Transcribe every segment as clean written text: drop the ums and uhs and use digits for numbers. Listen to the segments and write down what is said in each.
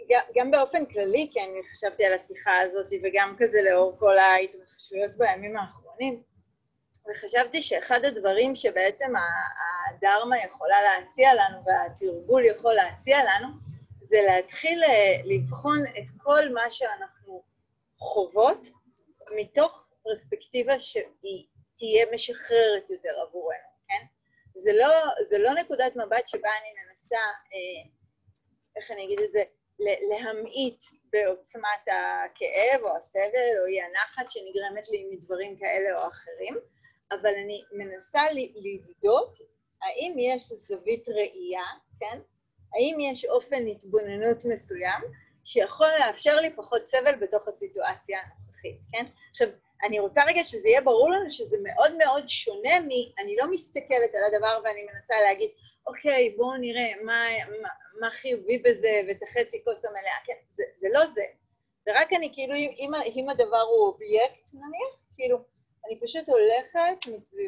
גם באופן כללי, כי אני חשבתי על השיחה הזאת, וגם כזה לאור כל ההתרחשויות בימים האחרונים, וחשבתי שאחד הדברים שבעצם הדרמה יכולה להציע לנו, והתרגול יכול להציע לנו, זה להתחיל לבחון את כל מה שאנחנו חוות, מתוך פרספקטיבה שהיא תהיה משחררת יותר עבורנו, כן? זה לא נקודת מבט שבה אני מנסה, איך אני אגיד את זה, להמעיט בעוצמת הכאב או הסבל או אי הנחת שנגרמת לי מדברים כאלה או אחרים, אבל אני מנסה לבדוק האם יש זווית ראייה, כן? האם יש אופן התבוננות מסוים שיכול לאפשר לי פחות סבל בתוך הסיטואציה הנוכחית, כן? עכשיו, אני רוצה רגע שזה יהיה ברור לנו שזה מאוד מאוד שונה אני לא מסתכלת על הדבר ואני מנסה להגיד, אוקיי, בואו נראה מה חיובי בזה ואת החצי כוס המלאה, כן? זה לא זה. זה רק אני כאילו, אם הדבר הוא אובייקט נניח, כאילו, אני פשוט הולכת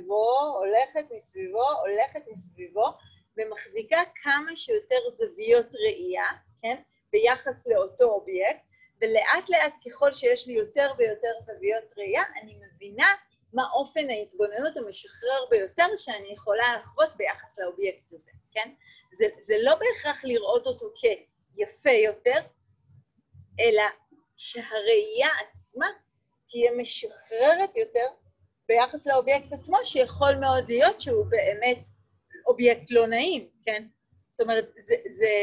מסביבו, ומחזיקה כמה שיותר זוויות ראייה, כן? ביחס לאותו אובייקט, ולאט לאט ככל שיש לי יותר ויותר זוויות ראייה, אני מבינה מה אופן ההתבוננות המשחרר ביותר שאני יכולה לחוות ביחס לאובייקט הזה, כן? זה לא בהכרח לראות אותו כיפה יותר, אלא שהראייה עצמה תהיה משחררת יותר ביחס לאובייקט עצמו, שיכול מאוד להיות שהוא באמת אובייקט לא נעים, כן? זאת אומרת, זה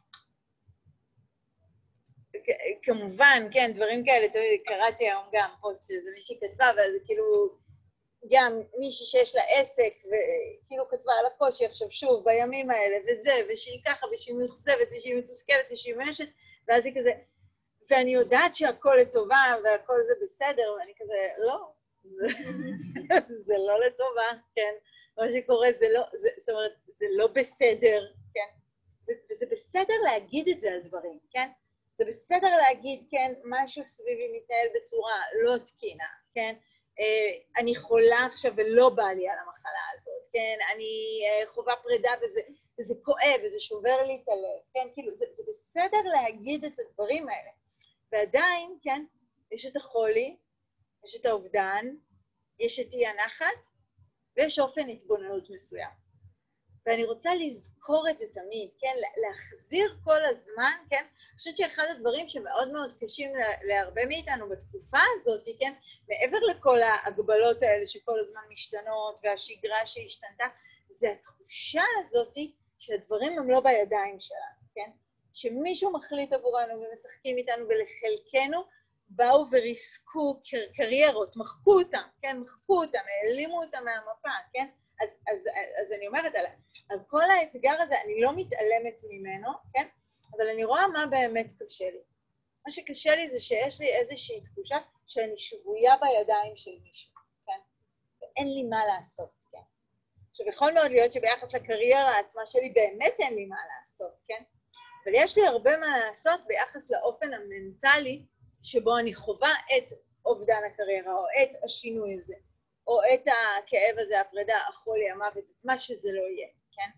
כמובן, כן, דברים כאלה, קראתי היום גם פוסט שזה מישהי כתבה, אבל זה כאילו גם מישהי שיש לה עסק, וכאילו כתבה על הקושי עכשיו שוב בימים האלה, וזה, ושהיא ככה, ושהיא מאוכזבת, ושהיא מתוסכלת, ושהיא משת, ואז היא כזה, ואני יודעת שהכל לטובה, והכל זה בסדר, ואני כזה, לא, זה לא לטובה, כן? מה שקורה זה לא, זאת אומרת, זה לא בסדר, כן? וזה בסדר להגיד את זה על דברים, כן? זה בסדר להגיד, כן, משהו סביבי מתנהל בצורה לא תקינה, כן? אני חולה עכשיו ולא בא לי על המחלה הזאת, כן? אני חובה פרידה וזה כואב וזה שובר לי את הלב, כן? כאילו, זה בסדר להגיד את הדברים האלה. ועדיין, כן, יש את החולי, יש את האובדן, יש את אי הנחת, ויש אופן התבוננות מסוים. ואני רוצה לזכור את זה תמיד, כן? להחזיר כל הזמן, כן? אני חושבת שאחד הדברים שמאוד מאוד קשים להרבה מאיתנו בתקופה הזאת, כן? מעבר לכל ההגבלות האלה שכל הזמן משתנות, והשגרה שהשתנתה, זה התחושה הזאת שהדברים הם לא בידיים שלנו, כן? שמישהו מחליט עבורנו ומשחקים איתנו, ולחלקנו באו וריסקו קריירות, מחקו אותם, כן? מחקו אותם, העלימו אותם מהמפה, כן? אז אני אומרת, על כל האתגר הזה, אני לא מתעלמת ממנו, כן? אבל אני רואה מה באמת קשה לי. מה שקשה לי זה שיש לי איזושהי תחושה שאני שבויה בידיים של מישהו, כן? ואין לי מה לעשות, כן? עכשיו, יכול מאוד להיות שביחס לקריירה העצמה שלי באמת אין לי מה לעשות, כן? אבל יש לי הרבה מה לעשות ביחס לאופן המנטלי שבו אני חווה את אובדן הקריירה, או את השינוי הזה. או את הכאב הזה, הפרידה, החולי, המוות, מה שזה לא יהיה, כן?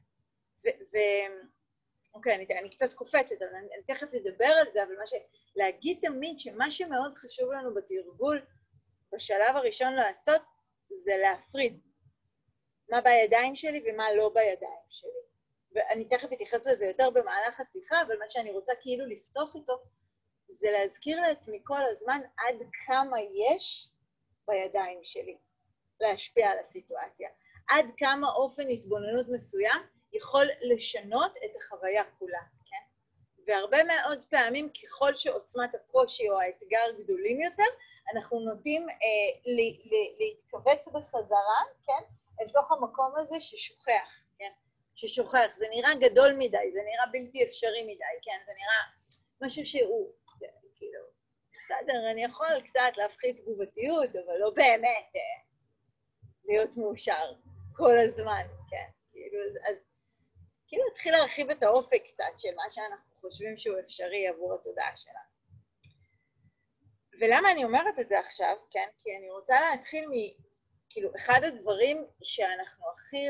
אוקיי, אני קצת קופצת, אבל אני תכף אדבר על זה, אבל להגיד תמיד שמה שמאוד חשוב לנו בתרגול, בשלב הראשון לעשות, זה להפריד מה בידיים שלי ומה לא בידיים שלי. ואני תכף אתייחס לזה יותר במהלך השיחה, אבל מה שאני רוצה כאילו לפתוח איתו, זה להזכיר לעצמי כל הזמן עד כמה יש בידיים שלי. להשפיע על הסיטואציה. עד כמה אופן התבוננות מסוים יכול לשנות את החוויה כולה, כן? והרבה מאוד פעמים ככל שעוצמת הקושי או האתגר גדולים יותר, אנחנו נוטים להתכווץ בחזרה, כן? אל תוך המקום הזה ששוכח, כן? ששוכח, זה נראה גדול מדי, זה נראה בלתי אפשרי מדי, כן? זה נראה משהו שהוא, כאילו, בסדר, אני יכול קצת להפחית תגובתיות, אבל לא באמת, להיות מאושר כל הזמן, כן? אז כאילו התחיל להרחיב את האופק קצת של מה שאנחנו חושבים שהוא אפשרי עבור התודעה שלנו. ולמה אני אומרת את זה עכשיו, כן? כי אני רוצה להתחיל כאילו, אחד הדברים שאנחנו הכי,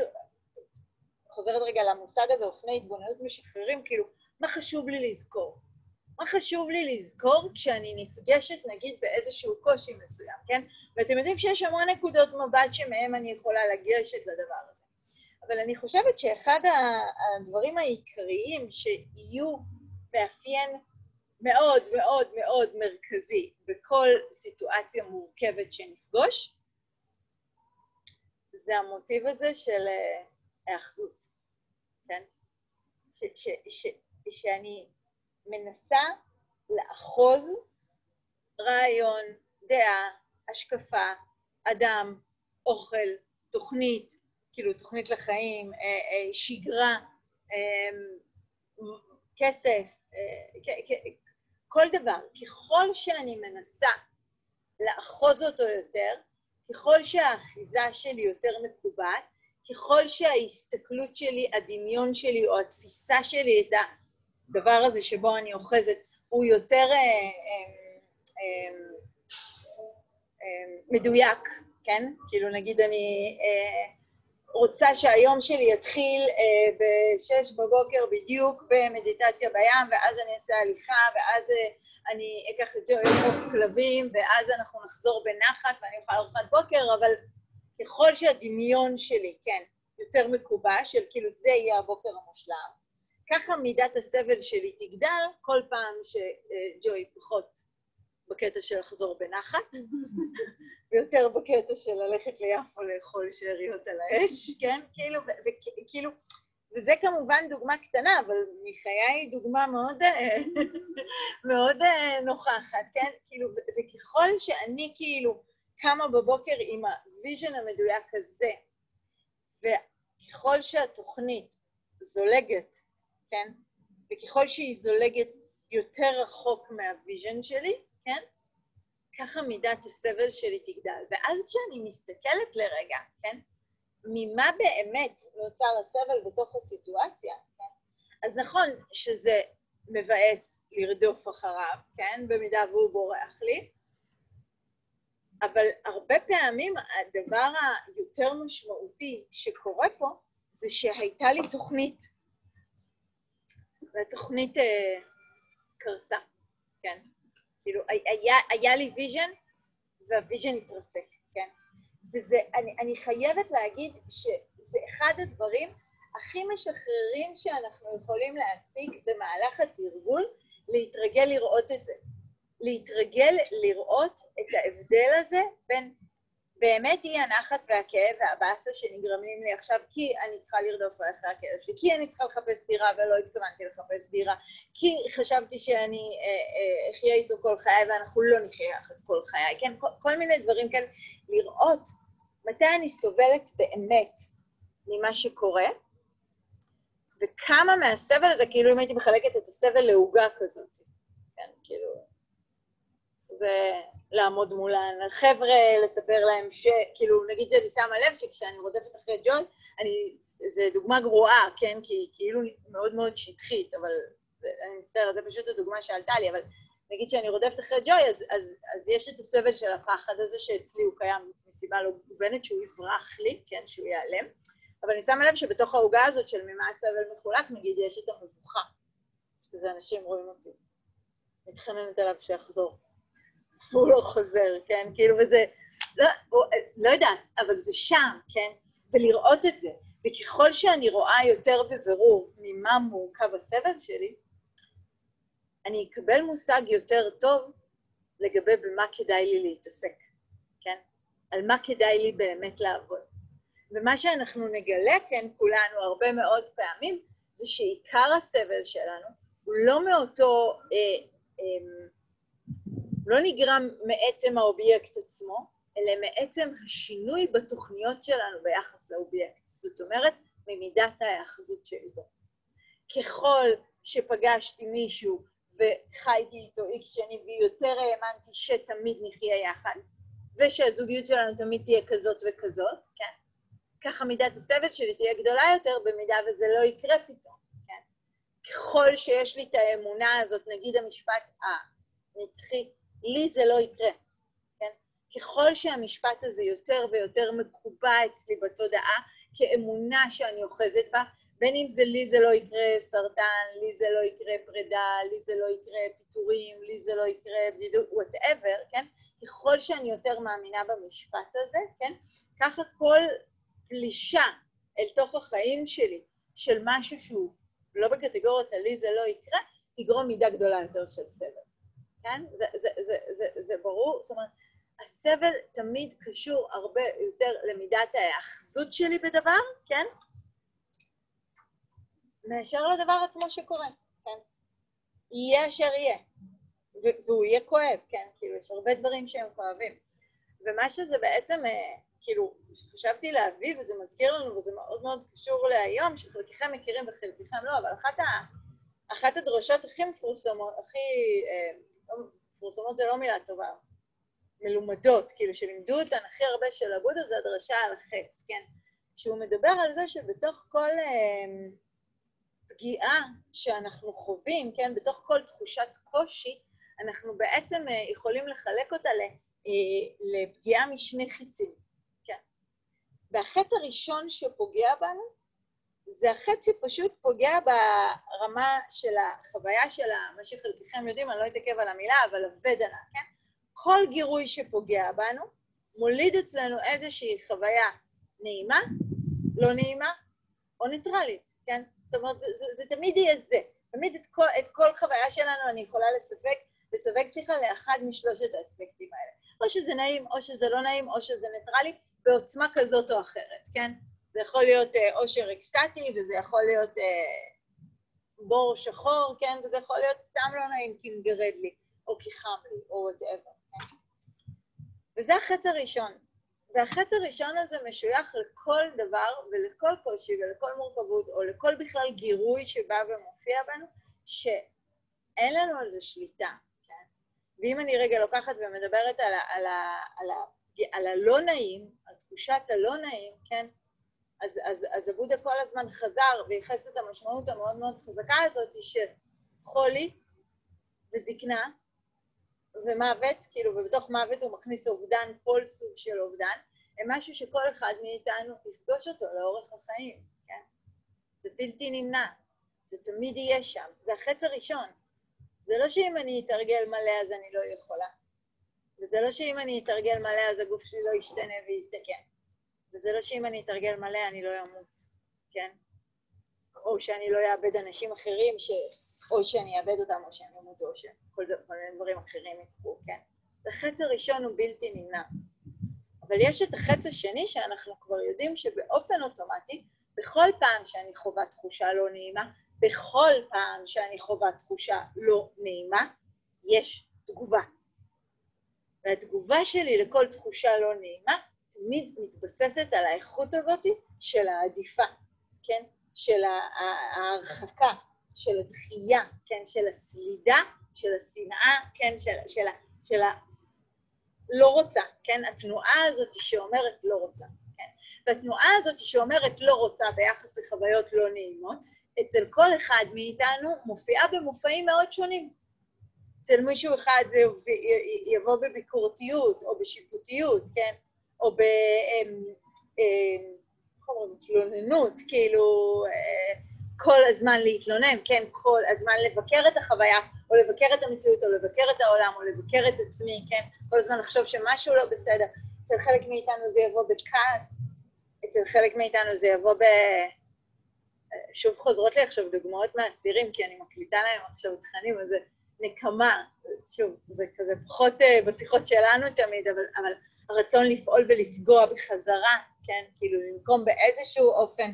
חוזרת רגע למושג הזה, אופני התבוננות משחררים, כאילו, מה חשוב לי לזכור? מה חשוב לי לזכור כשאני נפגשת, נגיד, באיזשהו קושי מסוים, כן? ואתם יודעים שיש המון נקודות מבט שמהם אני יכולה לגשת לדבר הזה. אבל אני חושבת שאחד הדברים העיקריים שיהיו מאפיין מאוד מאוד מאוד מרכזי בכל סיטואציה מורכבת שנפגוש, זה המוטיב הזה של האחזות, כן? שאני מנסה לאחוז רעיון, דעה, השקפה, אדם, אוכל, תוכנית, כאילו תוכנית לחיים, שגרה, כסף, כל דבר. ככל שאני מנסה לאחוז אותו יותר, ככל שהאחיזה שלי יותר מקובעת, ככל שההסתכלות שלי, הדמיון שלי או התפיסה שלי את הדבר הזה שבו אני אוחזת, הוא יותר מדויק, כן? כאילו נגיד אני רוצה שהיום שלי יתחיל ב-6 בבוקר בדיוק במדיטציה בים, ואז אני אעשה הליכה, ואז אני אקח את ג'וי לחוף כלבים, ואז אנחנו נחזור בנחת ואני אוכל ארוחת בוקר, אבל ככל שהדמיון שלי, כן, יותר מקובע, של כאילו זה יהיה הבוקר המושלם, ככה מידת הסבל שלי תגדל כל פעם שג'וי פחות בקטע של לחזור בנחת, ויותר בקטע של ללכת ליפו לאכול שאריות על האש, כן? כאילו, וזה כמובן דוגמה קטנה, אבל מחיי היא דוגמה מאוד נוכחת, כן? כאילו, וככל שאני כאילו קמה בבוקר עם הוויז'ן המדויק הזה, וככל שהתוכנית זולגת, כן? וככל שהיא זולגת יותר רחוק מהוויז'ן שלי, כן? ככה מידת הסבל שלי תגדל. ואז כשאני מסתכלת לרגע, כן? ממה באמת נוצר הסבל בתוך הסיטואציה, כן? אז נכון שזה מבאס לרדוף אחריו, כן? במידה והוא בורח לי, אבל הרבה פעמים הדבר היותר משמעותי שקורה פה, זה שהייתה לי תוכנית, והתוכנית קרסה, כן? כאילו, היה לי ויז'ן, והוויז'ן התרסק, כן? וזה, אני חייבת להגיד שזה אחד הדברים הכי משחררים שאנחנו יכולים להשיג במהלך התרגול, להתרגל לראות את זה. להתרגל לראות את ההבדל הזה בין באמת אי הנחת והכאב והבאסה שנגרמים לי עכשיו, כי אני צריכה לרדוף אחרי הכאב שלי, כי אני צריכה לחפש דירה ולא התכוונתי לחפש דירה, כי חשבתי שאני אחיה איתו כל חיי ואנחנו לא נחיה יחד כל חיי, כן? כל מיני דברים כאלה, לראות מתי אני סובלת באמת ממה שקורה, וכמה מהסבל הזה, כאילו אם הייתי מחלקת את הסבל לעוגה כזאת, כן? כאילו, זה לעמוד מולן, חבר'ה, לספר להם כאילו, נגיד שאני שמה לב שכשאני רודפת אחרי ג'וי, זה דוגמה גרועה, כן? כי כאילו מאוד מאוד שטחית, אבל אני מצטערת, זה פשוט הדוגמה שעלתה לי, אבל נגיד שאני רודפת אחרי ג'וי, אז יש את הסבל של הפחד הזה שאצלי הוא קיים מסיבה לא מובנת, שהוא יברח לי, כן? שהוא ייעלם, אבל אני שמה לב שבתוך העוגה הזאת של ממה הסבל מחולק, נגיד יש את המבוכה, שזה אנשים רואים אותי, מתחננת עליו שיחזור. הוא לא חוזר, כן? כאילו, וזה, לא יודעת, אבל זה שם, כן? ולראות את זה. וככל שאני רואה יותר בבירור ממה מורכב הסבל שלי, אני אקבל מושג יותר טוב לגבי במה כדאי לי להתעסק, כן? על מה כדאי לי באמת לעבוד. ומה שאנחנו נגלה, כן, כולנו הרבה מאוד פעמים, זה שעיקר הסבל שלנו הוא לא מאותו, לא נגרם מעצם האובייקט עצמו, אלא מעצם השינוי בתוכניות שלנו ביחס לאובייקט. זאת אומרת, ממידת ההאחזות שלי בו. ככל שפגשתי מישהו וחייתי איתו איקס שני ויותר האמנתי שתמיד נחיה יחד, ושהזוגיות שלנו תמיד תהיה כזאת וכזאת, כן? ככה מידת הסבל שלי תהיה גדולה יותר במידה וזה לא יקרה פתאום, כן? ככל שיש לי את האמונה הזאת, נגיד המשפט הנצחי, לי זה לא יקרה, כן? ככל שהמשפט הזה יותר ויותר מקובע אצלי בתודעה, כאמונה שאני אוחזת בה, בין אם זה לי זה לא יקרה סרטן, לי זה לא יקרה פרידה, לי זה לא יקרה פיטורים, לי זה לא יקרה בדידות, whatever, כן? ככל שאני יותר מאמינה במשפט הזה, כן? ככה כל פלישה אל תוך החיים שלי של משהו שהוא לא בקטגוריות הלי זה לא יקרה, תגרום מידה גדולה יותר של סבל, כן? זה ברור, זאת אומרת, הסבל תמיד קשור הרבה יותר למידת האחזות שלי בדבר, כן? מאשר לדבר עצמו שקורה, כן? יהיה אשר יהיה, והוא יהיה כואב, כן? כאילו, יש הרבה דברים שהם כואבים. ומה שזה בעצם, כאילו, חשבתי להביא, וזה מזכיר לנו, וזה מאוד מאוד קשור להיום, שחלקכם מכירים וחלקכם לא, אבל אחת הדרשות הכי מפורסמות, מפורסמות זה לא מילה טובה, מלומדות, כאילו, שלימדו אותן הכי הרבה של הבודה, זה הדרשה על החץ, כן? שהוא מדבר על זה שבתוך כל פגיעה שאנחנו חווים, כן? בתוך כל תחושת קושי, אנחנו בעצם יכולים לחלק אותה לפגיעה משני חיצים, כן? והחץ הראשון שפוגע בנו, זה החץ שפשוט פוגע ברמה של החוויה של מה שחלקכם יודעים, אני לא אתעכב על המילה, אבל הוודנה, כן? כל גירוי שפוגע בנו, מוליד אצלנו איזושהי חוויה נעימה, לא נעימה, או ניטרלית, כן? זאת אומרת, זה תמיד יהיה זה. תמיד את כל חוויה שלנו אני יכולה לסווג לאחד משלושת האספקטים האלה. או שזה נעים, או שזה לא נעים, או שזה ניטרלי, בעוצמה כזאת או אחרת, כן? זה יכול להיות אושר אקסטטי, וזה יכול להיות בור שחור, כן? וזה יכול להיות סתם לא נעים כי מגרד לי, או כי חם לי, או whatever, כן? וזה החץ הראשון. והחץ הראשון הזה משוייך לכל דבר ולכל קושי ולכל מורכבות, או לכל בכלל גירוי שבא ומופיע בנו, שאין לנו על זה שליטה, כן? ואם אני רגע לוקחת ומדברת על הלא נעים, על תחושת הלא נעים, כן? אז הבודה כל הזמן חזר וייחס את המשמעות המאוד מאוד חזקה הזאת של חולי וזקנה ומוות, כאילו, ובתוך מוות הוא מכניס אובדן, כל סוג של אובדן, הם משהו שכל אחד מאיתנו יפגוש אותו לאורך החיים, כן? זה בלתי נמנע, זה תמיד יהיה שם, זה החץ הראשון. זה לא שאם אני אתרגל מלא אז אני לא יכולה, וזה לא שאם אני אתרגל מלא אז הגוף שלי לא ישתנה ויסתכן. וזה לא שאם אני אתרגל מלא אני לא אמות, כן? או שאני לא אאבד אנשים אחרים, או שאני אאבד אותם, או שאני אמות, או שכל מיני דברים אחרים יקרו, כן? החץ הראשון הוא בלתי נמנע. אבל יש את החץ השני שאנחנו כבר יודעים שבאופן אוטומטי, בכל פעם שאני חווה תחושה לא נעימה, בכל פעם שאני חווה תחושה לא נעימה, יש תגובה. והתגובה שלי לכל תחושה לא נעימה, תמיד מתבססת על האיכות הזאת של העדיפה, כן? של ההרחקה, של הדחייה, כן? של הסלידה, של השנאה, כן? של לא רוצה, כן? התנועה הזאת שאומרת לא רוצה, כן? והתנועה הזאת שאומרת לא רוצה ביחס לחוויות לא נעימות, אצל כל אחד מאיתנו מופיעה במופעים מאוד שונים. אצל מישהו אחד זה יבוא בביקורתיות או בשיפוטיות, כן? או בהתלוננות, כאילו כל הזמן להתלונן, כן? כל הזמן לבקר את החוויה, או לבקר את המציאות, או לבקר את העולם, או לבקר את עצמי, כן? כל הזמן לחשוב שמשהו לא בסדר. אצל חלק מאיתנו זה יבוא בכעס, אצל חלק מאיתנו זה יבוא שוב חוזרות לי עכשיו דוגמאות מהאסירים, כי אני מקליטה להם עכשיו תכנים, אז זה נקמה, שוב, זה כזה פחות בשיחות שלנו תמיד, אבל הרצון לפעול ולפגוע בחזרה, כן? כאילו למקום באיזשהו אופן.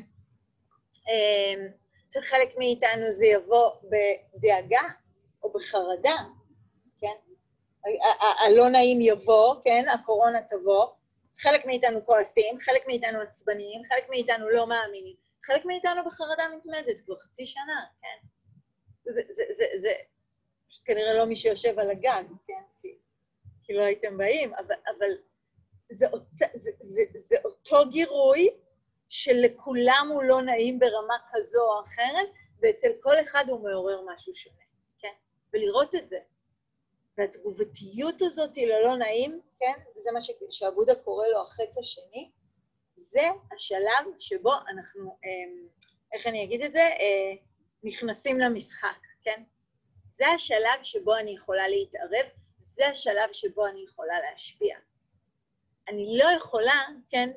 אצל חלק מאיתנו זה יבוא בדאגה או בחרדה, כן? הלא נעים יבוא, כן? הקורונה תבוא, חלק מאיתנו כועסים, חלק מאיתנו עצבניים, חלק מאיתנו לא מאמינים, חלק מאיתנו בחרדה מתמדת כבר חצי שנה, כן? זה פשוט כנראה לא מי שיושב על הגג, כן? כי לא הייתם באים, אבל זה אותו גירוי שלכולם הוא לא נעים ברמה כזו או אחרת, ואצל כל אחד הוא מעורר משהו שונה, כן? ולראות את זה. והתגובתיות הזאת ללא נעים, כן? וזה מה שהבודה קורא לו החץ השני, זה השלב שבו אנחנו איך אני אגיד את זה? נכנסים למשחק, כן? זה השלב שבו אני יכולה להתערב, זה השלב שבו אני יכולה להשפיע. אני לא יכולה, כן,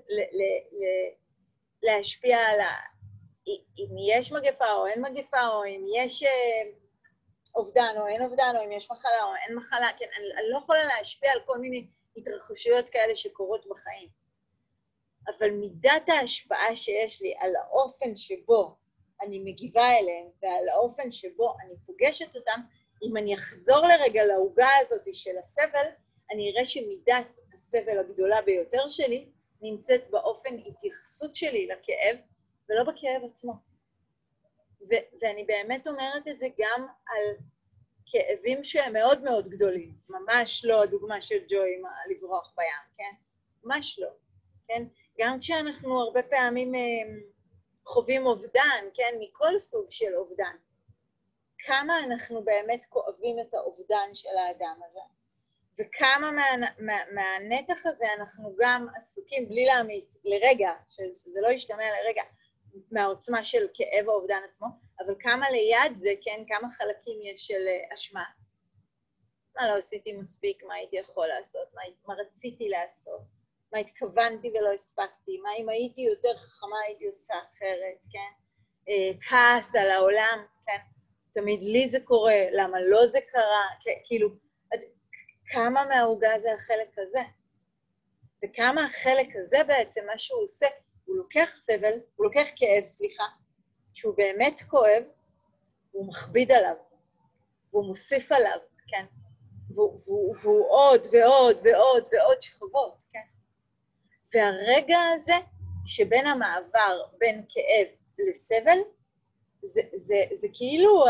להשפיע על אם יש מגפה או אין מגפה, או אם יש אובדן או אין אובדן, או אם יש מחלה או אין מחלה, כן, אני לא יכולה להשפיע על כל מיני התרחשויות כאלה שקורות בחיים. אבל מידת ההשפעה שיש לי על האופן שבו אני מגיבה אליהם, ועל האופן שבו אני פוגשת אותם, אם אני אחזור לרגע להוגה הזאת של הסבל, אני אראה שמידת הסבל הגדולה ביותר שלי נמצאת באופן התייחסות שלי לכאב, ולא בכאב עצמו. ואני באמת אומרת את זה גם על כאבים שהם מאוד מאוד גדולים, ממש לא הדוגמה של ג'וי עם לברוח בים, כן? ממש לא, כן? גם כשאנחנו הרבה פעמים חווים אובדן, כן? מכל סוג של אובדן, כמה אנחנו באמת כואבים את האובדן של האדם הזה, וכמה מהנתח הזה אנחנו גם עסוקים, בלי להמית לרגע, שזה לא ישתמע לרגע, מהעוצמה של כאב האובדן עצמו, אבל כמה ליד זה, כן, כמה חלקים יש של אשמה. מה לא עשיתי מספיק, מה הייתי יכול לעשות, מה רציתי לעשות, מה התכוונתי ולא הספקתי, מה אם הייתי יותר חכמה הייתי עושה אחרת, כן? כעס על העולם, כן? תמיד לי זה קורה, למה לא זה קרה, כאילו, כמה מההוגה זה החלק הזה? וכמה החלק הזה בעצם, מה שהוא עושה, הוא לוקח סבל, הוא לוקח כאב, סליחה, שהוא באמת כואב, הוא מכביד עליו, והוא מוסיף עליו, כן? והוא עוד ועוד ועוד ועוד שכבות, כן? והרגע הזה, שבין המעבר, בין כאב לסבל, זה כאילו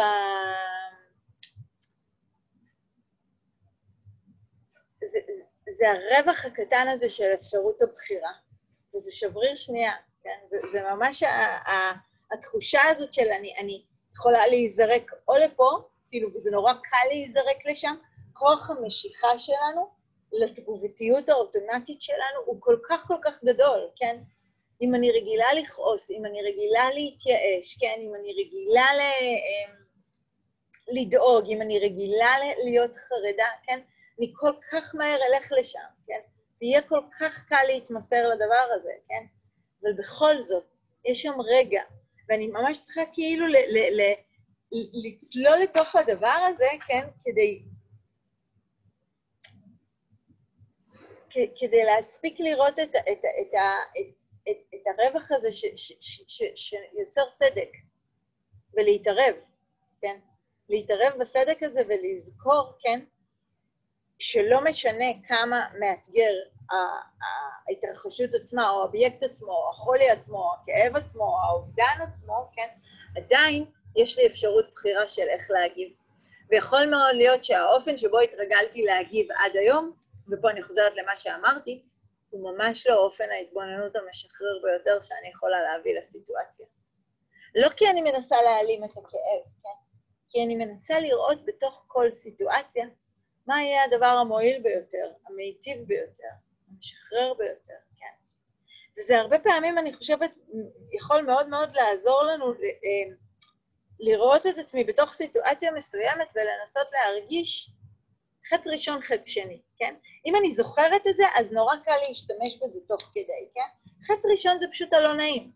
זה הרווח הקטן הזה של אפשרות הבחירה, וזה שבריר שנייה, כן? זה ממש התחושה הזאת של אני יכולה להיזרק או לפה, כאילו, וזה נורא קל להיזרק לשם, כוח המשיכה שלנו לתגובתיות האוטומטית שלנו הוא כל כך גדול, כן? אם אני רגילה לכעוס, אם אני רגילה להתייאש, כן? אם אני רגילה לדאוג, אם אני רגילה להיות חרדה, כן? אני כל כך מהר אלך לשם, כן? זה יהיה כל כך קל להתמסר לדבר הזה, כן? אבל בכל זאת, יש שם רגע, ואני ממש צריכה כאילו לצלול לתוך הדבר הזה, כן? כדי להספיק לראות את הרווח הזה שיוצר סדק, ולהתערב, כן? להתערב בסדק הזה ולזכור, כן? שלא משנה כמה מאתגר ההתרחשות עצמה, או האובייקט עצמו, או החולי עצמו, או הכאב עצמו, או האובדן עצמו, כן? עדיין יש לי אפשרות בחירה של איך להגיב. ויכול מאוד להיות שהאופן שבו התרגלתי להגיב עד היום, ופה אני חוזרת למה שאמרתי, הוא ממש לא אופן ההתבוננות המשחרר ביותר שאני יכולה להביא לסיטואציה. לא כי אני מנסה להעלים את הכאב, כן? כי אני מנסה לראות בתוך כל סיטואציה מה יהיה הדבר המועיל ביותר, המיטיב ביותר, המשחרר ביותר, כן? וזה הרבה פעמים, אני חושבת, יכול מאוד מאוד לעזור לנו לראות את עצמי בתוך סיטואציה מסוימת ולנסות להרגיש חץ ראשון, חץ שני, כן? אם אני זוכרת את זה, אז נורא קל להשתמש בזה תוך כדי, כן? חץ ראשון זה פשוט הלא נעים.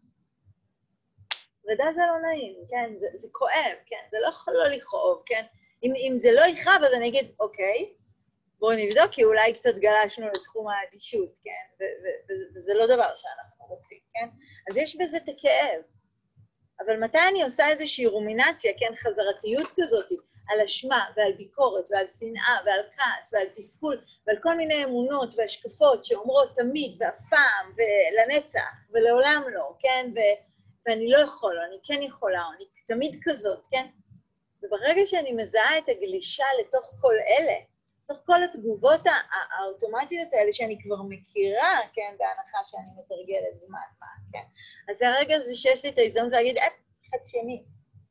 ודאי זה לא נעים, כן? זה כואב, כן? זה לא יכול לא לכאוב, כן? אם זה לא יכאב, אז אני אגיד, אוקיי, בואו נבדוק, כי אולי קצת גלשנו לתחום האדישות, כן? וזה לא דבר שאנחנו רוצים, כן? אז יש בזה את הכאב. אבל מתי אני עושה איזושהי רומינציה, כן? חזרתיות כזאת, על אשמה ועל ביקורת ועל שנאה ועל כעס ועל תסכול ועל כל מיני אמונות והשקפות שאומרות תמיד ואף פעם ולנצח ולעולם לא, כן? ואני לא יכול, או אני כן יכולה, או אני תמיד כזאת, כן? וברגע שאני מזהה את הגלישה לתוך כל אלה, לתוך כל התגובות האוטומטיות האלה שאני כבר מכירה, כן? בהנחה שאני מתרגלת זמן, מה, כן? אז הרגע זה שיש לי את ההזדמנות להגיד, חד שני.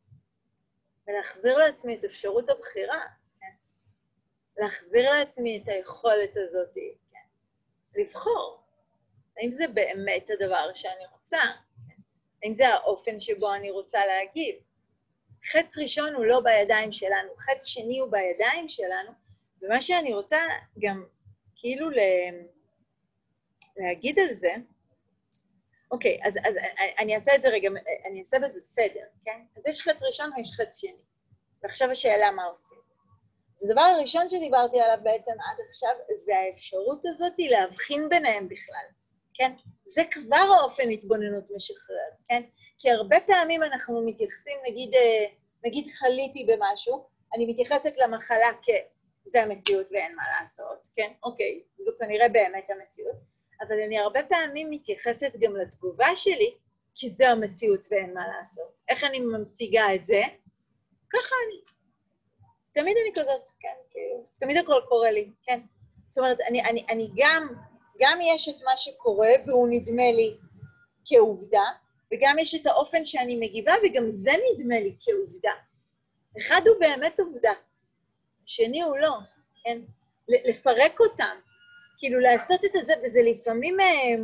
ולהחזיר לעצמי את אפשרות הבחירה, כן? להחזיר לעצמי את היכולת הזאת, כן? לבחור. האם זה באמת הדבר שאני רוצה? כן? האם זה האופן שבו אני רוצה להגיב? חץ ראשון הוא לא בידיים שלנו, חץ שני הוא בידיים שלנו, ומה שאני רוצה גם כאילו להגיד על זה, אוקיי, אז אני אעשה את זה רגע, אני אעשה בזה סדר, כן? אז יש חץ ראשון ויש חץ שני, ועכשיו השאלה מה עושים. אז הדבר הראשון שדיברתי עליו בעצם עד עכשיו, זה האפשרות הזאת להבחין ביניהם בכלל, כן? זה כבר האופן התבוננות משחרר, כן? כי הרבה פעמים אנחנו מתייחסים, נגיד חליתי במשהו, אני מתייחסת למחלה כזה המציאות ואין מה לעשות, כן? אוקיי, זו כנראה באמת המציאות, אבל אני הרבה פעמים מתייחסת גם לתגובה שלי, כי זו המציאות ואין מה לעשות. איך אני ממשיגה את זה? ככה אני. תמיד אני כזאת, כן? כאילו, תמיד הכל קורה לי, כן? זאת אומרת, אני גם יש את מה שקורה והוא נדמה לי כעובדה, וגם יש את האופן שאני מגיבה, וגם זה נדמה לי כעובדה. אחד הוא באמת עובדה, השני הוא לא, כן? לפרק אותם, כאילו לעשות את זה, וזה לפעמים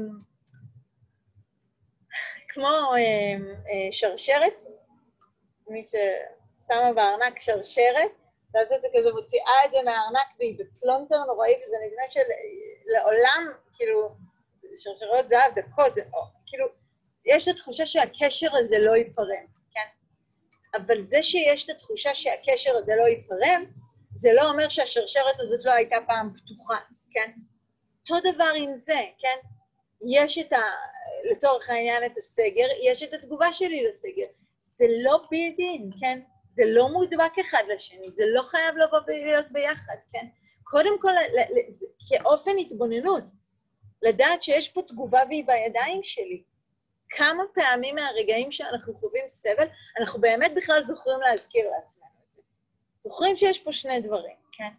כמו שרשרת, מי ששמה בארנק שרשרת, לעשות את זה כזה, מוציאה את זה מהארנק והיא בפלונטר נוראי, וזה נדמה שלעולם, כאילו, שרשרות זהב דקות, כאילו, יש את התחושה שהקשר הזה לא ייפרם, כן? אבל זה שיש את התחושה שהקשר הזה לא ייפרם, זה לא אומר שהשרשרת הזאת לא הייתה פעם פתוחה, כן? אותו דבר עם זה, כן? יש לצורך העניין את הסגר, יש את התגובה שלי לסגר. זה לא בלתי, כן? זה לא מודבק אחד לשני, זה לא חייב לבוא ולהיות ביחד, כן? קודם כל, כאופן התבוננות, לדעת שיש פה תגובה והיא בידיים שלי. כמה פעמים מהרגעים שאנחנו חווים סבל, אנחנו באמת בכלל זוכרים להזכיר לעצמנו את זה. זוכרים שיש פה שני דברים, כן?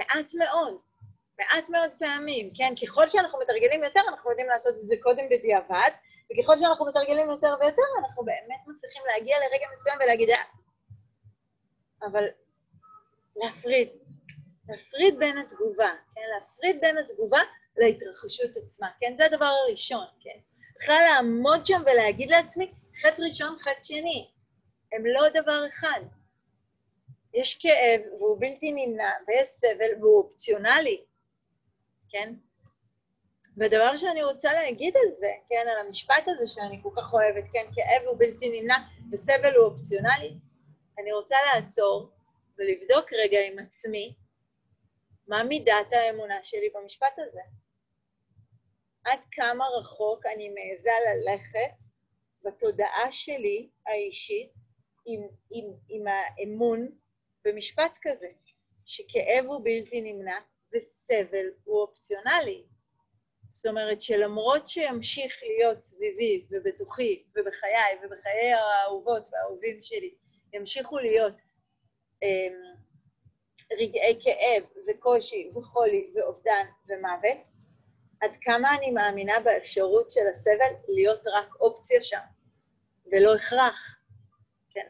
מעט מאוד פעמים, כן? ככל שאנחנו מתרגלים יותר, אנחנו יודעים לעשות את זה קודם בדיעבד, וככל שאנחנו מתרגלים יותר ויותר, אנחנו באמת מצליחים להגיע לרגע מסוים ולהגיד, אבל להפריד בין התגובה, כן? להפריד בין התגובה להתרחשות עצמה, כן? זה הדבר הראשון, כן? בכלל לעמוד שם ולהגיד לעצמי, חץ ראשון, חץ שני, הם לא דבר אחד. יש כאב והוא בלתי נמנע, ויש סבל והוא אופציונלי, כן? והדבר שאני רוצה להגיד על זה, כן, על המשפט הזה שאני כל כך אוהבת, כן, כאב הוא בלתי נמנע וסבל הוא אופציונלי, אני רוצה לעצור ולבדוק רגע עם עצמי מה מידת האמונה שלי במשפט הזה. עד כמה רחוק אני מעיזה ללכת בתודעה שלי האישית עם האמון במשפט כזה, שכאב הוא בלתי נמנע וסבל הוא אופציונלי. זאת אומרת שלמרות שימשיך להיות סביבי ובתוכי ובחיי ובחיי האהובות והאהובים שלי, ימשיכו להיות רגעי כאב וקושי וחולי ואובדן ומוות, עד כמה אני מאמינה באפשרות של הסבל להיות רק אופציה שם, ולא הכרח. כן.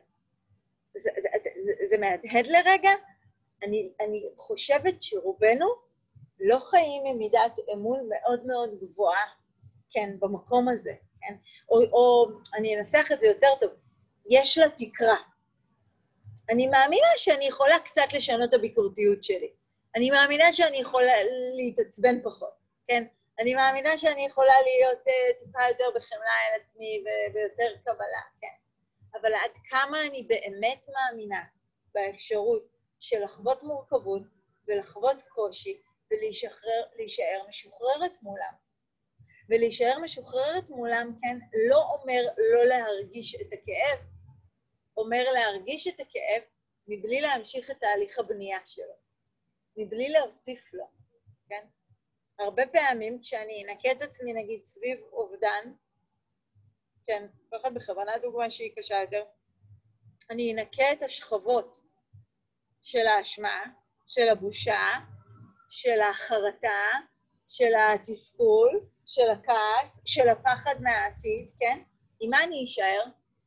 זה מהדהד לרגע. אני חושבת שרובנו לא חיים עם מידת אמון מאוד מאוד גבוהה, כן, במקום הזה, כן? או אני אנסח את זה יותר טוב, יש לה תקרה. אני מאמינה שאני יכולה קצת לשנות את הביקורתיות שלי. אני מאמינה שאני יכולה להתעצבן פחות, כן? אני מאמינה שאני יכולה להיות טיפה יותר בחמלה על עצמי ויותר קבלה, כן? אבל עד כמה אני באמת מאמינה באפשרות של לחוות מורכבות ולחוות קושי ולהישאר משוחררת מולם. ולהישאר משוחררת מולם, כן, לא אומר לא להרגיש את הכאב, אומר להרגיש את הכאב מבלי להמשיך את תהליך הבנייה שלו, מבלי להוסיף לו, כן? הרבה פעמים כשאני אנקה את עצמי, נגיד, סביב אובדן, כן, ככה בכוונה דוגמה שהיא קשה יותר, אני אנקה את השכבות של האשמה, של הבושה, של החרטה, של התסכול, של הכעס, של הפחד מהעתיד, כן? עם מה אני אשאר?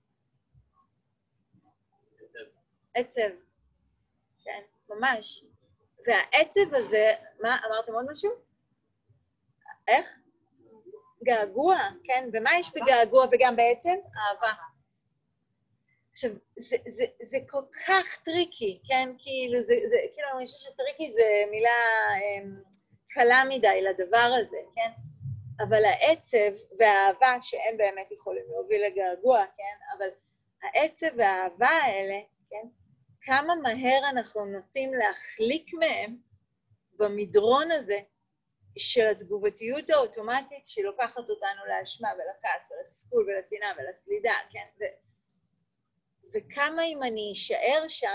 עצב. כן, ממש. והעצב הזה, מה, אמרתם עוד משהו? איך? געגוע, כן? ומה יש בגעגוע וגם בעצם? אהבה. עכשיו, זה כל כך טריקי, כן? כאילו, כאילו, אני חושבת שטריקי זה מילה קלה מדי לדבר הזה, כן? אבל העצב והאהבה, שהם באמת יכולים להוביל לגעגוע, כן? אבל העצב והאהבה האלה, כן? כמה מהר אנחנו נוטים להחליק מהם במדרון הזה של התגובתיות האוטומטית שלוקחת אותנו לאשמה ולכעס ולתסכול ולשנאה ולסלידה, כן? וכמה אם אני אשאר שם,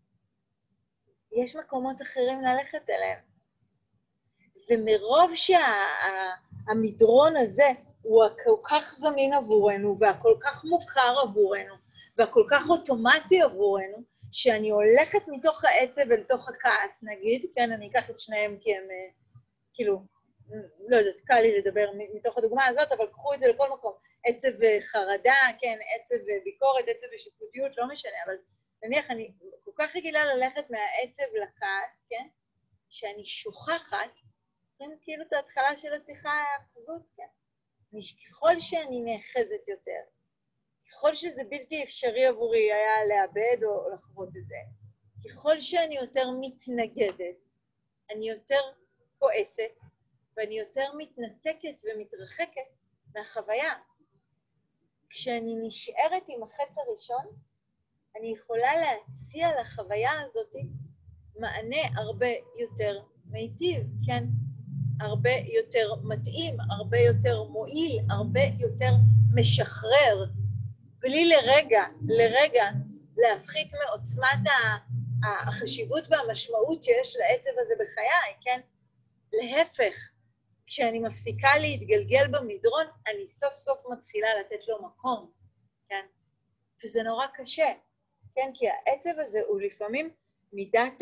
יש מקומות אחרים ללכת אליהם. ומרוב שהמדרון הזה הוא הכל כך זמין עבורנו, והכל כך מוכר עבורנו, והכל כך אוטומטי עבורנו, שאני הולכת מתוך העצב ולתוך הכעס, נגיד, כן, אני אקח את שניהם כי הם, כאילו, לא יודעת, קל לי לדבר מתוך הדוגמה הזאת, אבל קחו את זה לכל מקום. עצב וחרדה, כן, עצב וביקורת, עצב ושיפוטיות, לא משנה, אבל נניח, אני כל כך רגילה ללכת מהעצב לכעס, כן, שאני שוכחת, כן, כאילו את ההתחלה של השיחה האחזות, כן. ככל שאני נאחזת יותר, ככל שזה בלתי אפשרי עבורי היה לאבד או לחוות את זה, ככל שאני יותר מתנגדת, אני יותר כועסת, ואני יותר מתנתקת ומתרחקת מהחוויה. כשאני נשארת עם החץ הראשון, אני יכולה להציע לחוויה הזאת מענה הרבה יותר מיטיב, כן? הרבה יותר מתאים, הרבה יותר מועיל, הרבה יותר משחרר, בלי לרגע להפחית מעוצמת החשיבות והמשמעות שיש לעצב הזה בחיי, כן? להפך, כשאני מפסיקה להתגלגל במדרון, אני סוף סוף מתחילה לתת לו מקום, כן? וזה נורא קשה, כן? כי העצב הזה הוא לפעמים מידת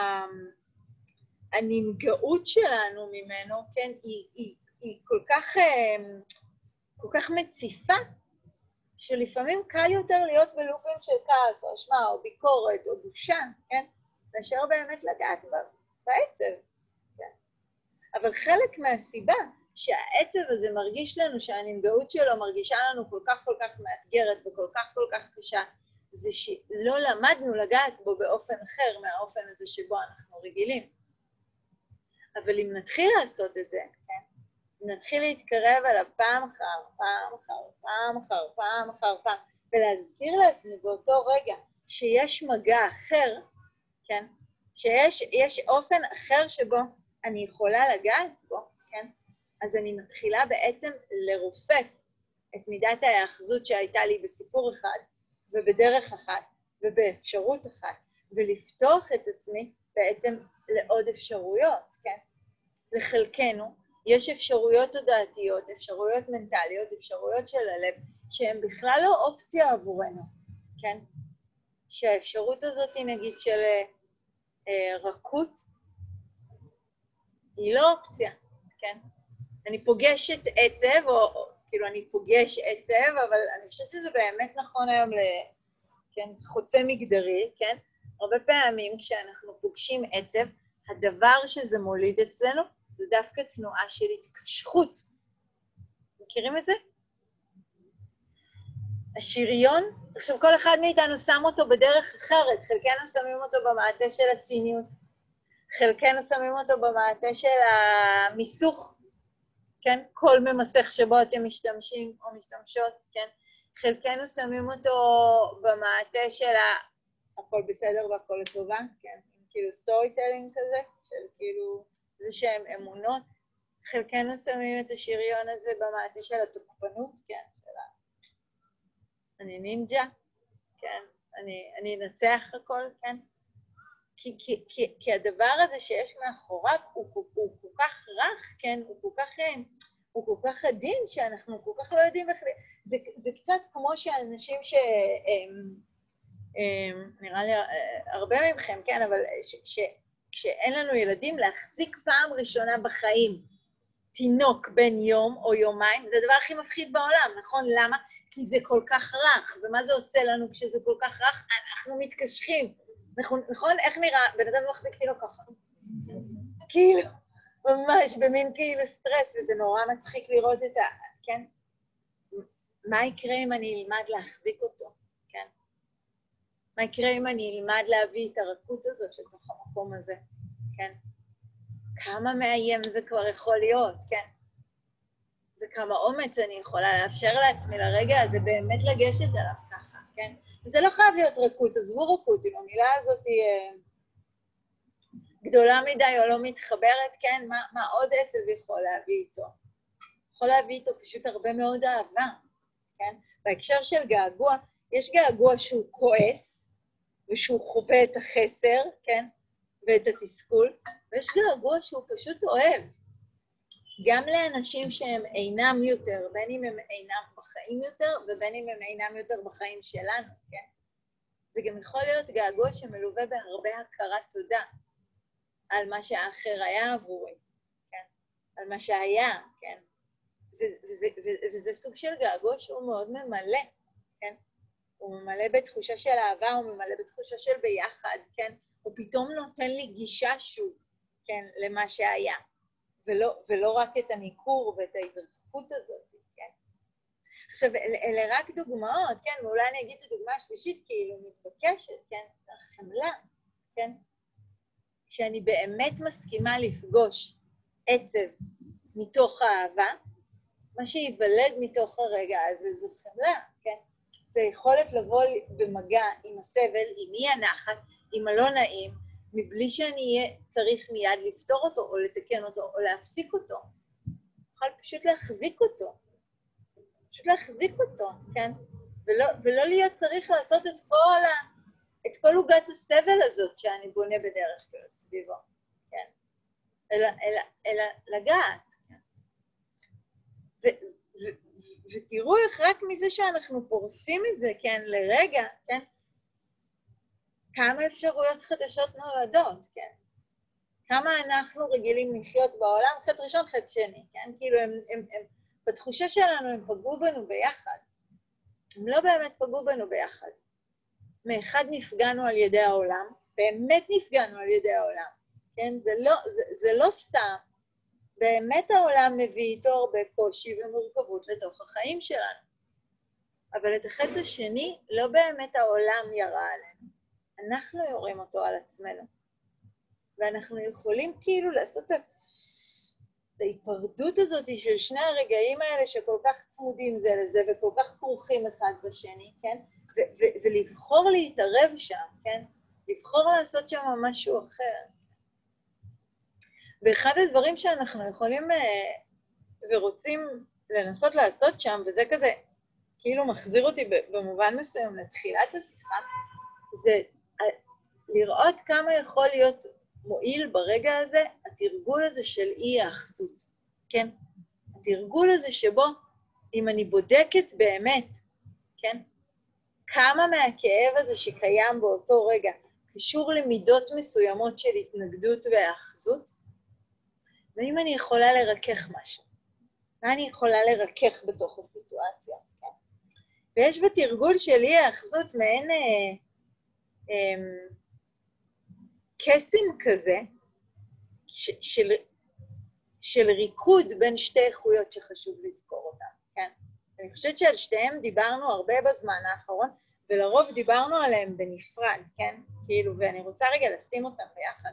הננגעות שלנו ממנו, כן? היא כל כך מציפה, שלפעמים קל יותר להיות בלופים של כעס, או אשמה, או ביקורת, או בושה, כן? מאשר באמת לגעת בעצב, כן? אבל חלק מהסיבה שהעצב הזה מרגיש לנו, שהננגעות שלו מרגישה לנו כל כך מאתגרת וכל כך קשה, זה שלא למדנו לגעת בו באופן אחר מהאופן הזה שבו אנחנו רגילים. אבל אם נתחיל לעשות את זה, כן? אם נתחיל להתקרב עליו פעם אחר פעם, ולהזכיר לעצמי באותו רגע שיש מגע אחר, כן? שיש אופן אחר שבו אני יכולה לגעת בו, כן? אז אני מתחילה בעצם לרופף את מידת ההאחזות שהייתה לי בסיפור אחד, ובדרך אחת, ובאפשרות אחת, ולפתוח את עצמי בעצם לעוד אפשרויות, כן? לחלקנו יש אפשרויות תודעתיות, אפשרויות מנטליות, אפשרויות של הלב, שהן בכלל לא אופציה עבורנו, כן? שהאפשרות הזאת היא נגיד של רכות, היא לא אופציה, כן? אני פוגשת עצב, או כאילו אני פוגש עצב, אבל אני חושבת שזה באמת נכון היום כן, חוצה מגדרי, כן? הרבה פעמים כשאנחנו פוגשים עצב, הדבר שזה מוליד אצלנו, זה דווקא תנועה של התקשחות. מכירים את זה? השריון, עכשיו כל אחד מאיתנו שם אותו בדרך אחרת, חלקנו שמים אותו במעטה של הציניות, חלקנו שמים אותו במעטה של המיסוך, כן? כל ממסך שבו אתם משתמשים או משתמשות, כן? חלקנו שמים אותו במעטה של הכל בסדר והכל לטובה, כן? כאילו סטורי טלינג כזה, של כאילו זה שהם אמונות. חלקנו שמים את השריון הזה במעטה של התוקפנות, כן? אני נינג'ה, כן? אני אנצח הכל, כן? כי הדבר הזה שיש מאחוריו הוא כל כך רך, כן? הוא כל כך עדין שאנחנו כל כך לא יודעים איך... זה קצת כמו שאנשים נראה לי הרבה מכם, כן? אבל שאין לנו ילדים להחזיק פעם ראשונה בחיים תינוק בין יום או יומיים, זה הדבר הכי מפחיד בעולם, נכון? למה? כי זה כל כך רך, ומה זה עושה לנו כשזה כל כך רך? אנחנו מתקשחים. נכון? איך נראה? בן אדם מחזיק תינוק ככה. כאילו, ממש במין כאילו סטרס, וזה נורא מצחיק לראות את כן? מה יקרה אם אני אלמד להחזיק אותו, כן? מה יקרה אם אני אלמד להביא את הרכות הזאת לתוך המקום הזה, כן? כמה מאיים זה כבר יכול להיות, כן? וכמה אומץ אני יכולה לאפשר לעצמי לרגע הזה באמת לגשת עליו ככה, כן? וזה לא חייב להיות רכות, עזבו רכות, אם המילה הזאת היא גדולה מדי או לא מתחברת, כן? מה עוד עצב יכול להביא איתו? יכול להביא איתו פשוט הרבה מאוד אהבה, כן? בהקשר של געגוע, יש געגוע שהוא כועס, ושהוא חווה את החסר, כן? ואת התסכול, ויש געגוע שהוא פשוט אוהב. גם לאנשים שהם אינם יותר, בין אם הם אינם בחיים יותר, ובין אם הם אינם יותר בחיים שלנו, כן? זה גם יכול להיות געגוע שמלווה בהרבה הכרת תודה על מה שהאחר היה עבורי, כן? על מה שהיה, כן? וזה סוג של געגוע שהוא מאוד ממלא, כן? הוא ממלא בתחושה של אהבה, הוא ממלא בתחושה של ביחד, כן? הוא פתאום נותן לי גישה שוב, כן? למה שהיה. ולא רק את הניכור ואת ההתרחקות הזאת, כן? עכשיו, אלה רק דוגמאות, כן? ואולי אני אגיד את הדוגמה השלישית, כאילו מתבקשת, כן? החמלה, כן? כשאני באמת מסכימה לפגוש עצב מתוך האהבה, מה שיוולד מתוך הרגע הזה זו חמלה, כן? זה יכולת לבוא במגע עם הסבל, עם אי הנחת, עם הלא נעים, מבלי שאני אהיה צריך מיד לפתור אותו, או לתקן אותו, או להפסיק אותו. יכול פשוט להחזיק אותו. פשוט להחזיק אותו, כן? ולא להיות צריך לעשות את כל עוגת הסבל הזאת שאני בונה בדרך כלל סביבו, כן? אלא לגעת, כן? ותראו איך רק מזה שאנחנו פורסים את זה, כן, לרגע, כן? כמה אפשרויות חדשות נולדות, כן? כמה אנחנו רגילים לחיות בעולם, חץ ראשון, חץ שני, כן? כאילו הם בתחושה שלנו הם פגעו בנו ביחד. הם לא באמת פגעו בנו ביחד. מאחד נפגענו על ידי העולם, באמת נפגענו על ידי העולם, כן? זה לא סתם. באמת העולם מביא איתו הרבה קושי ומורכבות לתוך החיים שלנו. אבל את החץ השני לא באמת העולם ירה עלינו. אנחנו יורים אותו על עצמנו. ואנחנו יכולים כאילו לעשות את ההיפרדות הזאת של שני הרגעים האלה שכל כך צמודים זה לזה וכל כך כרוכים אחד בשני, כן? ולבחור להתערב שם, כן? לבחור לעשות שם משהו אחר. ואחד הדברים שאנחנו יכולים ורוצים לנסות לעשות שם, וזה כזה כאילו מחזיר אותי במובן מסוים לתחילת השיחה, זה לראות כמה יכול להיות מועיל ברגע הזה, התרגול הזה של אי-האחזות, כן? התרגול הזה שבו, אם אני בודקת באמת, כן? כמה מהכאב הזה שקיים באותו רגע, קשור למידות מסוימות של התנגדות והאחזות, ואם אני יכולה לרכך משהו, מה אני יכולה לרכך בתוך הסיטואציה, כן? ויש בתרגול של אי-האחזות מעין קסם כזה, של ריקוד בין שתי איכויות שחשוב לזכור אותן, כן? אני חושבת שעל שתיהם דיברנו הרבה בזמן האחרון, ולרוב דיברנו עליהם בנפרד, כן? כאילו, ואני רוצה רגע לשים אותם ביחד.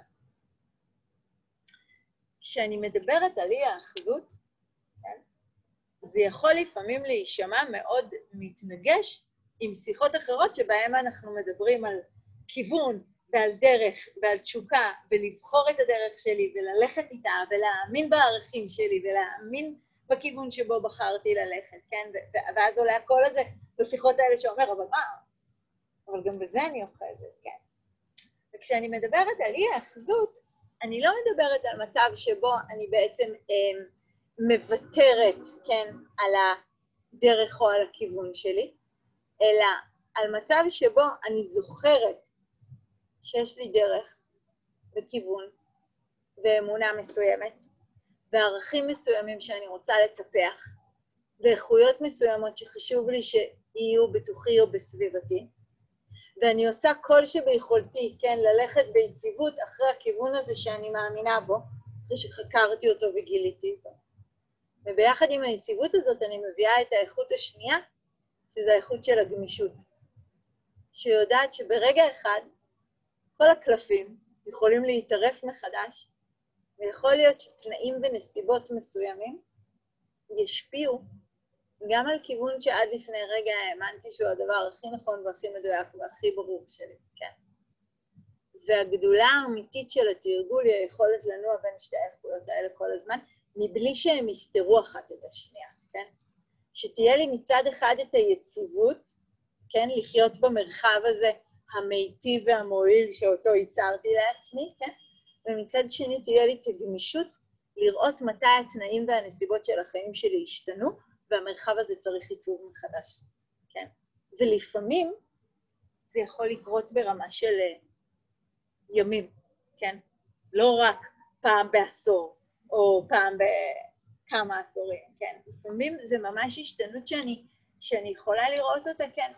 כשאני מדברת על אי-האחזות, כן? זה יכול לפעמים להישמע מאוד מתנגש עם שיחות אחרות שבהן אנחנו מדברים על כיוון, ועל דרך, ועל תשוקה, ולבחור את הדרך שלי, וללכת איתה, ולהאמין בערכים שלי, ולהאמין בכיוון שבו בחרתי ללכת, כן? ואז עולה הקול הזה בשיחות האלה שאומר, אבל מה? אבל גם בזה אני אוחזת, כן? וכשאני מדברת על אי-האחזות, אני לא מדברת על מצב שבו אני בעצם מוותרת, כן, על הדרך או על הכיוון שלי, אלא על מצב שבו אני זוכרת שיש לי דרך וכיוון ואמונה מסוימת, וערכים מסוימים שאני רוצה לטפח, ואיכויות מסוימות שחשוב לי שיהיו בתוכי או בסביבתי, ואני עושה כל שביכולתי, כן, ללכת ביציבות אחרי הכיוון הזה שאני מאמינה בו, אחרי שחקרתי אותו וגיליתי אותו. וביחד עם היציבות הזאת אני מביאה את האיכות השנייה, שזה האיכות של הגמישות. שיודעת שברגע אחד כל הקלפים יכולים להתערף מחדש, ויכול להיות שתנאים ונסיבות מסוימים ישפיעו גם על כיוון שעד לפני רגע האמנתי שהוא הדבר הכי נכון והכי מדויק והכי ברור שלי, כן. והגדולה האמיתית של התרגול היא היכולת לנוע בין שתי האיכויות האלה כל הזמן, מבלי שהם יסתרו אחת את השנייה, כן? שתהיה לי מצד אחד את היציבות, כן? לחיות במרחב הזה המיטיב והמועיל שאותו ייצרתי לעצמי, כן? ומצד שני תהיה לי את הגמישות לראות מתי התנאים והנסיבות של החיים שלי השתנו, והמרחב הזה צריך עיצוב מחדש, כן? ולפעמים זה יכול לקרות ברמה של ימים, כן? לא רק פעם בעשור, או פעם בכמה עשורים, כן? לפעמים זה ממש השתנות שאני יכולה לראות אותה, כן?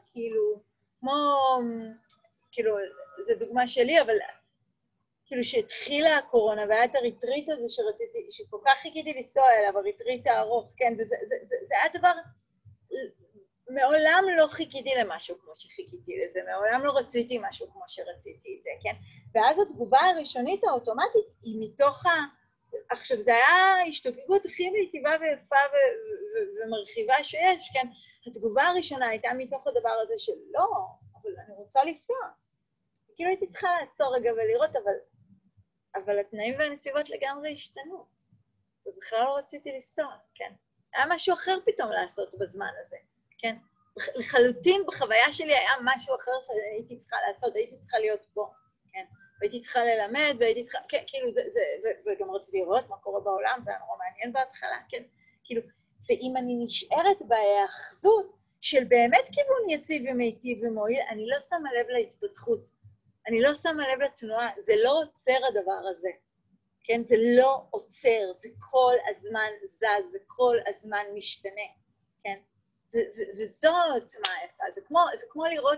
כאילו, זו דוגמה שלי, אבל כאילו שהתחילה הקורונה, והיה את הריטריט הזה שכל כך חיכיתי לנסוע אליו, הריטריט הארוך, כן? וזה היה דבר, מעולם לא חיכיתי למשהו כמו שחיכיתי לזה, מעולם לא רציתי משהו כמו שרציתי את זה, כן? ואז התגובה הראשונית האוטומטית היא מתוך עכשיו, זה היה השתוקקות הכי מיטיבה ויפה ומרחיבה שיש, כן? התגובה הראשונה הייתה מתוך הדבר הזה של לא, אבל אני רוצה לנסוע. כאילו הייתי צריכה לעצור רגע ולראות, אבל התנאים והנסיבות לגמרי השתנו. ובכלל לא רציתי לנסוע, כן? היה משהו אחר פתאום לעשות בזמן הזה, כן? לחלוטין בחוויה שלי היה משהו אחר שהייתי צריכה לעשות, הייתי צריכה להיות פה, כן? והייתי צריכה ללמד, והייתי צריכה, כן, כאילו וגם רציתי לראות מה קורה בעולם, זה היה נורא מעניין בהתחלה, כן? כאילו, ואם אני נשארת בהאחזות של באמת כיוון יציב ומיטיב ומועיל, אני לא שמה לב להתפתחות, אני לא שמה לב לתנועה, זה לא עוצר הדבר הזה, כן? זה לא עוצר, זה כל הזמן זז, זה כל הזמן משתנה, כן? וזו עוצמה יפה, זה כמו לראות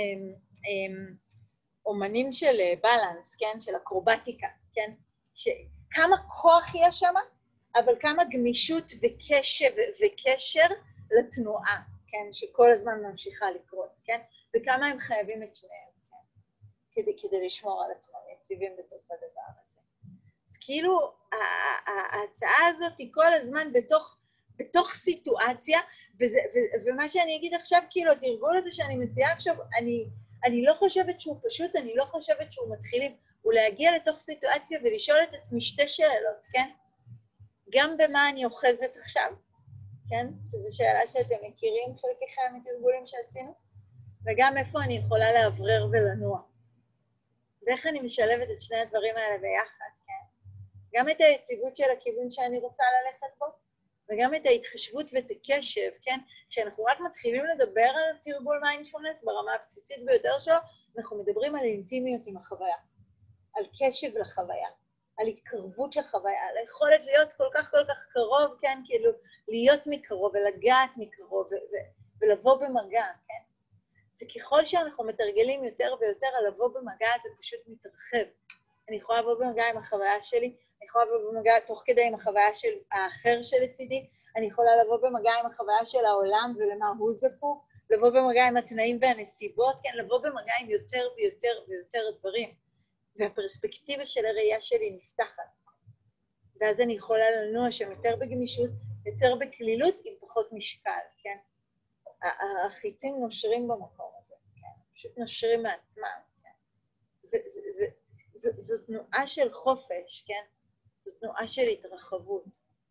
אומנים של בלנס, כן? של אקרובטיקה, כן? כמה כוח יש שם, אבל כמה גמישות וקשר לתנועה, כן? שכל הזמן ממשיכה לקרות, כן? וכמה הם חייבים את שניהם, כן? כדי לשמור על עצמם יציבים בתוך הדבר הזה. אז כאילו, ההצעה הזאת היא כל הזמן בתוך סיטואציה, ומה שאני אגיד עכשיו, כאילו, התרגול הזה שאני מציעה עכשיו, אני לא חושבת שהוא פשוט, אני לא חושבת שהוא מתחילים, הוא להגיע לתוך סיטואציה ולשאול את עצמי שתי שאלות, כן? גם במה אני אוחזת עכשיו, כן? שזו שאלה שאתם מכירים חלקכם מתרגולים שעשינו, וגם איפה אני יכולה לאוורר ולנוע. ואיך אני משלבת את שני הדברים האלה ביחד, כן? גם את היציבות של הכיוון שאני רוצה ללכת בו, וגם את ההתחשבות ואת הקשב, כן? כשאנחנו רק מתחילים לדבר על תרגול מיינדפולנס ברמה הבסיסית ביותר שלו, אנחנו מדברים על אינטימיות עם החוויה, על קשב לחוויה, על התקרבות לחוויה, על היכולת להיות כל כך קרוב, כן? כאילו, להיות מקרוב ולגעת מקרוב ולבוא במגע, כן? וככל שאנחנו מתרגלים יותר ויותר על לבוא במגע, זה פשוט מתרחב. אני יכולה לבוא במגע עם החוויה שלי, אני יכולה לבוא במגע תוך כדי עם החוויה של האחר שלצידי, אני יכולה לבוא במגע עם החוויה של העולם ולמה הוא זקוק, לבוא במגע עם התנאים והנסיבות, כן, לבוא במגע עם יותר ויותר ויותר דברים. והפרספקטיבה של הראייה שלי נפתחת. ואז אני יכולה לנוע שם יותר בגמישות, יותר בכלילות, עם פחות משקל, כן? החיצים נושרים במקום הזה, כן? פשוט נושרים מעצמם, כן? זו תנועה של חופש, כן? זו תנועה של התרחבות.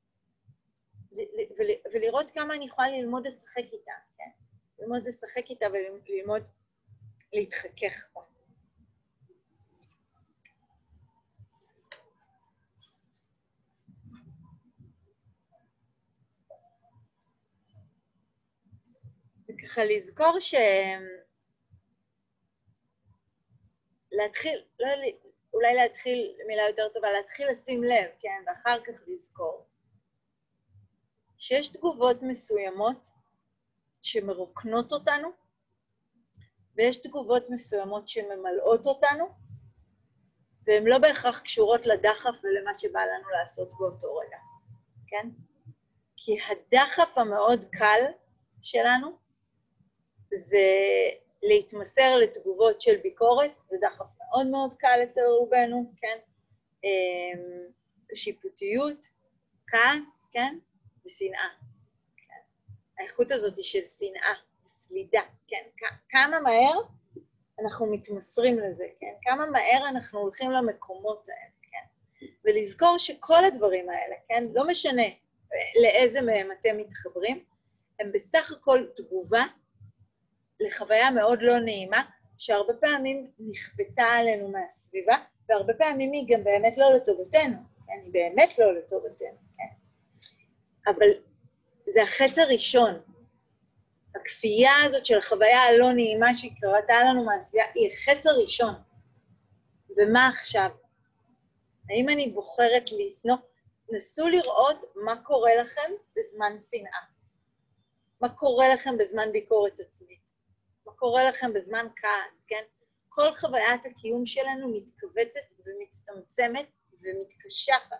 ולראות כמה אני יכולה ללמוד לשחק איתה, כן? ללמוד לשחק איתה וללמוד להתחכך בה. וככה לזכור להתחיל, אולי להתחיל, מילה יותר טובה, להתחיל לשים לב, כן? ואחר כך לזכור. שיש תגובות מסוימות שמרוקנות אותנו, ויש תגובות מסוימות שממלאות אותנו, והן לא בהכרח קשורות לדחף ולמה שבא לנו לעשות באותו רגע, כן? כי הדחף המאוד קל שלנו זה להתמסר לתגובות של ביקורת, זה דחף מאוד מאוד קל אצל רובנו, כן? שיפוטיות, כעס, כן? ושנאה. כן? האיכות הזאת היא של שנאה, סלידה, כן? כמה מהר אנחנו מתמסרים לזה, כן? כמה מהר אנחנו הולכים למקומות האלה, כן? ולזכור שכל הדברים האלה, כן? לא משנה לאיזה מהם אתם מתחברים, הם בסך הכל תגובה לחוויה מאוד לא נעימה, שהרבה פעמים נכפתה עלינו מהסביבה, והרבה פעמים היא גם באמת לא לטובתנו, כן? היא באמת לא לטובתנו, כן? אבל זה החץ הראשון. הכפייה הזאת של החוויה הלא נעימה שהיא קראתה לנו מהסביבה, היא החץ הראשון. ומה עכשיו? האם אני בוחרת לשנוא? נסו לראות מה קורה לכם בזמן שנאה. מה קורה לכם בזמן ביקורת עצמית? מה קורה לכם בזמן כעס, כן? כל חוויית הקיום שלנו מתכווצת ומצטמצמת ומתקשחת.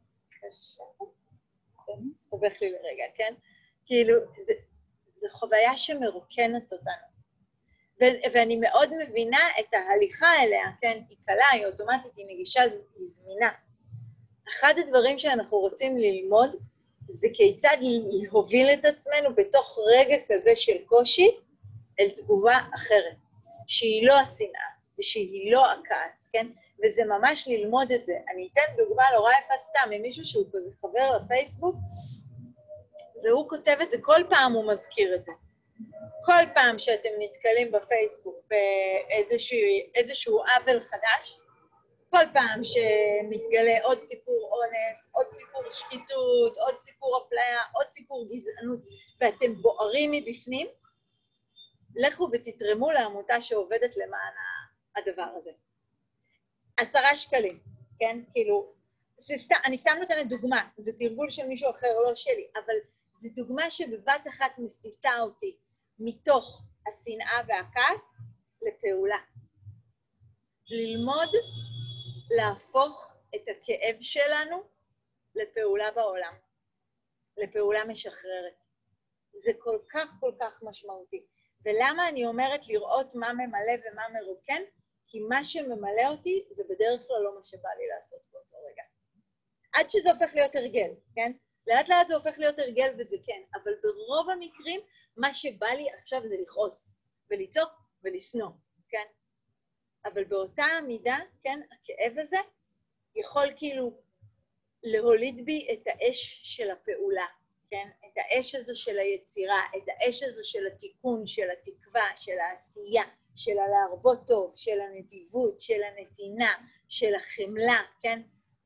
סובך לי לרגע, כן? כאילו, זו חוויה שמרוקנת אותנו. ואני מאוד מבינה את ההליכה אליה, כן? היא קלה, היא אוטומטית, היא נגישה, היא זמינה. אחד הדברים שאנחנו רוצים ללמוד, זה כיצד להוביל את עצמנו בתוך רגע כזה של קושי, אל תגובה אחרת, שהיא לא השנאה, ושהיא לא הכעס, כן? וזה ממש ללמוד את זה. אני אתן דוגמה לא יפה סתם, ממישהו שהוא כזה חבר לפייסבוק, והוא כותב את זה, כל פעם הוא מזכיר את זה. כל פעם שאתם נתקלים בפייסבוק באיזשהו עוול חדש, כל פעם שמתגלה עוד סיפור אונס, עוד סיפור שחיתות, עוד סיפור אפליה, עוד סיפור גזענות, ואתם בוערים מבפנים, לכו ותתרמו לעמותה שעובדת למען הדבר הזה. 10 שקלים, כן? כאילו, אני סתם נותנת דוגמה, זה תרגול של מישהו אחר, לא שלי, אבל זו דוגמה שבבת אחת מסיתה אותי מתוך השנאה והכעס לפעולה. ללמוד להפוך את הכאב שלנו לפעולה בעולם, לפעולה משחררת. זה כל כך משמעותי. ולמה אני אומרת לראות מה ממלא ומה מרוקן? כי מה שממלא אותי זה בדרך כלל לא מה שבא לי לעשות באותו רגע. עד שזה הופך להיות הרגל, כן? לאט לאט זה הופך להיות הרגל וזה כן, אבל ברוב המקרים מה שבא לי עכשיו זה לכעוס ולצעוק ולשנוא, כן? אבל באותה המידה, כן, הכאב הזה יכול כאילו להוליד בי את האש של הפעולה, כן? את האש הזו של היצירה, את האש הזו של התיקון, של התקווה, של העשייה, של הלהרבות טוב, של הנדיבות, של הנתינה, של החמלה, כן?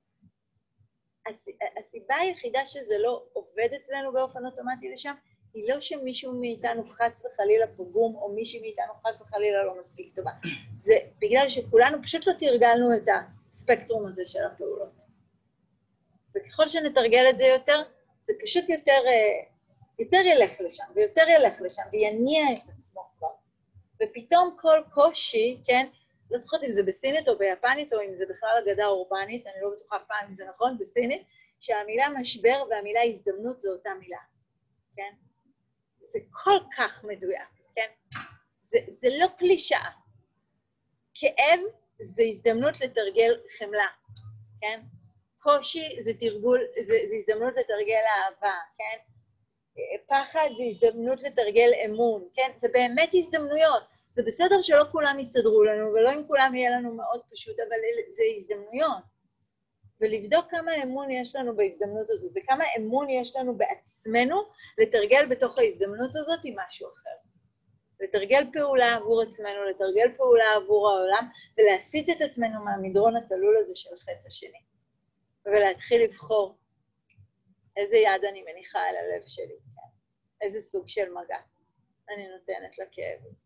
הסיבה היחידה שזה לא עובד אצלנו באופן אוטומטי לשם, היא לא שמישהו מאיתנו חס וחלילה פגום, או מישהו מאיתנו חס וחלילה לא מספיק טובה. זה בגלל שכולנו פשוט לא תרגלנו את הספקטרום הזה של הפעולות. וככל שנתרגל את זה יותר, זה פשוט יותר ילך לשם, ויותר ילך לשם, ויניע את עצמו כבר. ופתאום כל קושי, כן, לא זוכרת אם זה בסינית או ביפנית, או אם זה בכלל אגדה אורבנית, אני לא בטוחה אף פעם אם זה נכון, בסינית, שהמילה משבר והמילה הזדמנות זו אותה מילה, כן? זה כל כך מדויק, כן? זה לא קלישאה. כאב זה הזדמנות לתרגל חמלה, כן? קושי זה הזדמנות לתרגל אהבה, כן? פחד זה הזדמנות לתרגל אמון, כן? זה באמת הזדמנויות. זה בסדר שלא כולם יסתדרו לנו, ולא אם כולם יהיה לנו מאוד פשוט, אבל זה הזדמנויות. ולבדוק כמה אמון יש לנו בהזדמנות הזאת, וכמה אמון יש לנו בעצמנו לתרגל בתוך ההזדמנות הזאת עם משהו אחר. לתרגל פעולה עבור עצמנו, לתרגל פעולה עבור העולם, ולהסיט את עצמנו מהמדרון התלול הזה של החץ השני. ולהתחיל לבחור איזה יד אני מניחה על הלב שלי, כן? איזה סוג של מגע אני נותנת לכאב הזה.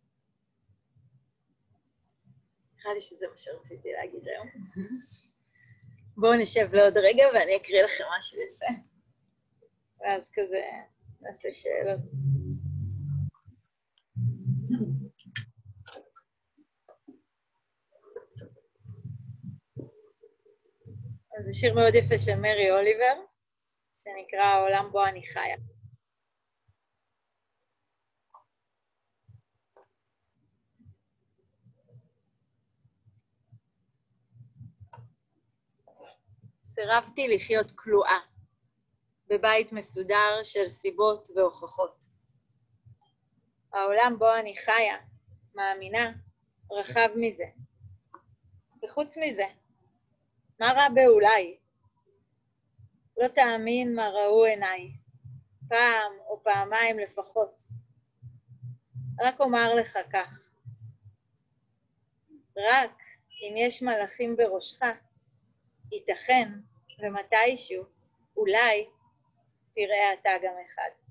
נראה לי שזה מה שרציתי להגיד היום. בואו נשב לעוד רגע ואני אקריא לכם משהו יפה. ואז כזה נעשה שאלות. אז זה שיר מאוד יפה של מרי אוליבר, שנקרא העולם בו אני חיה. סירבתי לחיות כלואה, בבית מסודר של סיבות והוכחות. העולם בו אני חיה, מאמינה, רחב מזה. וחוץ מזה, מה רע באולי? לא תאמין מה ראו עיניי, פעם או פעמיים לפחות. רק אומר לך כך, רק אם יש מלאכים בראשך, ייתכן ומתישהו, אולי, תראה אתה גם אחד.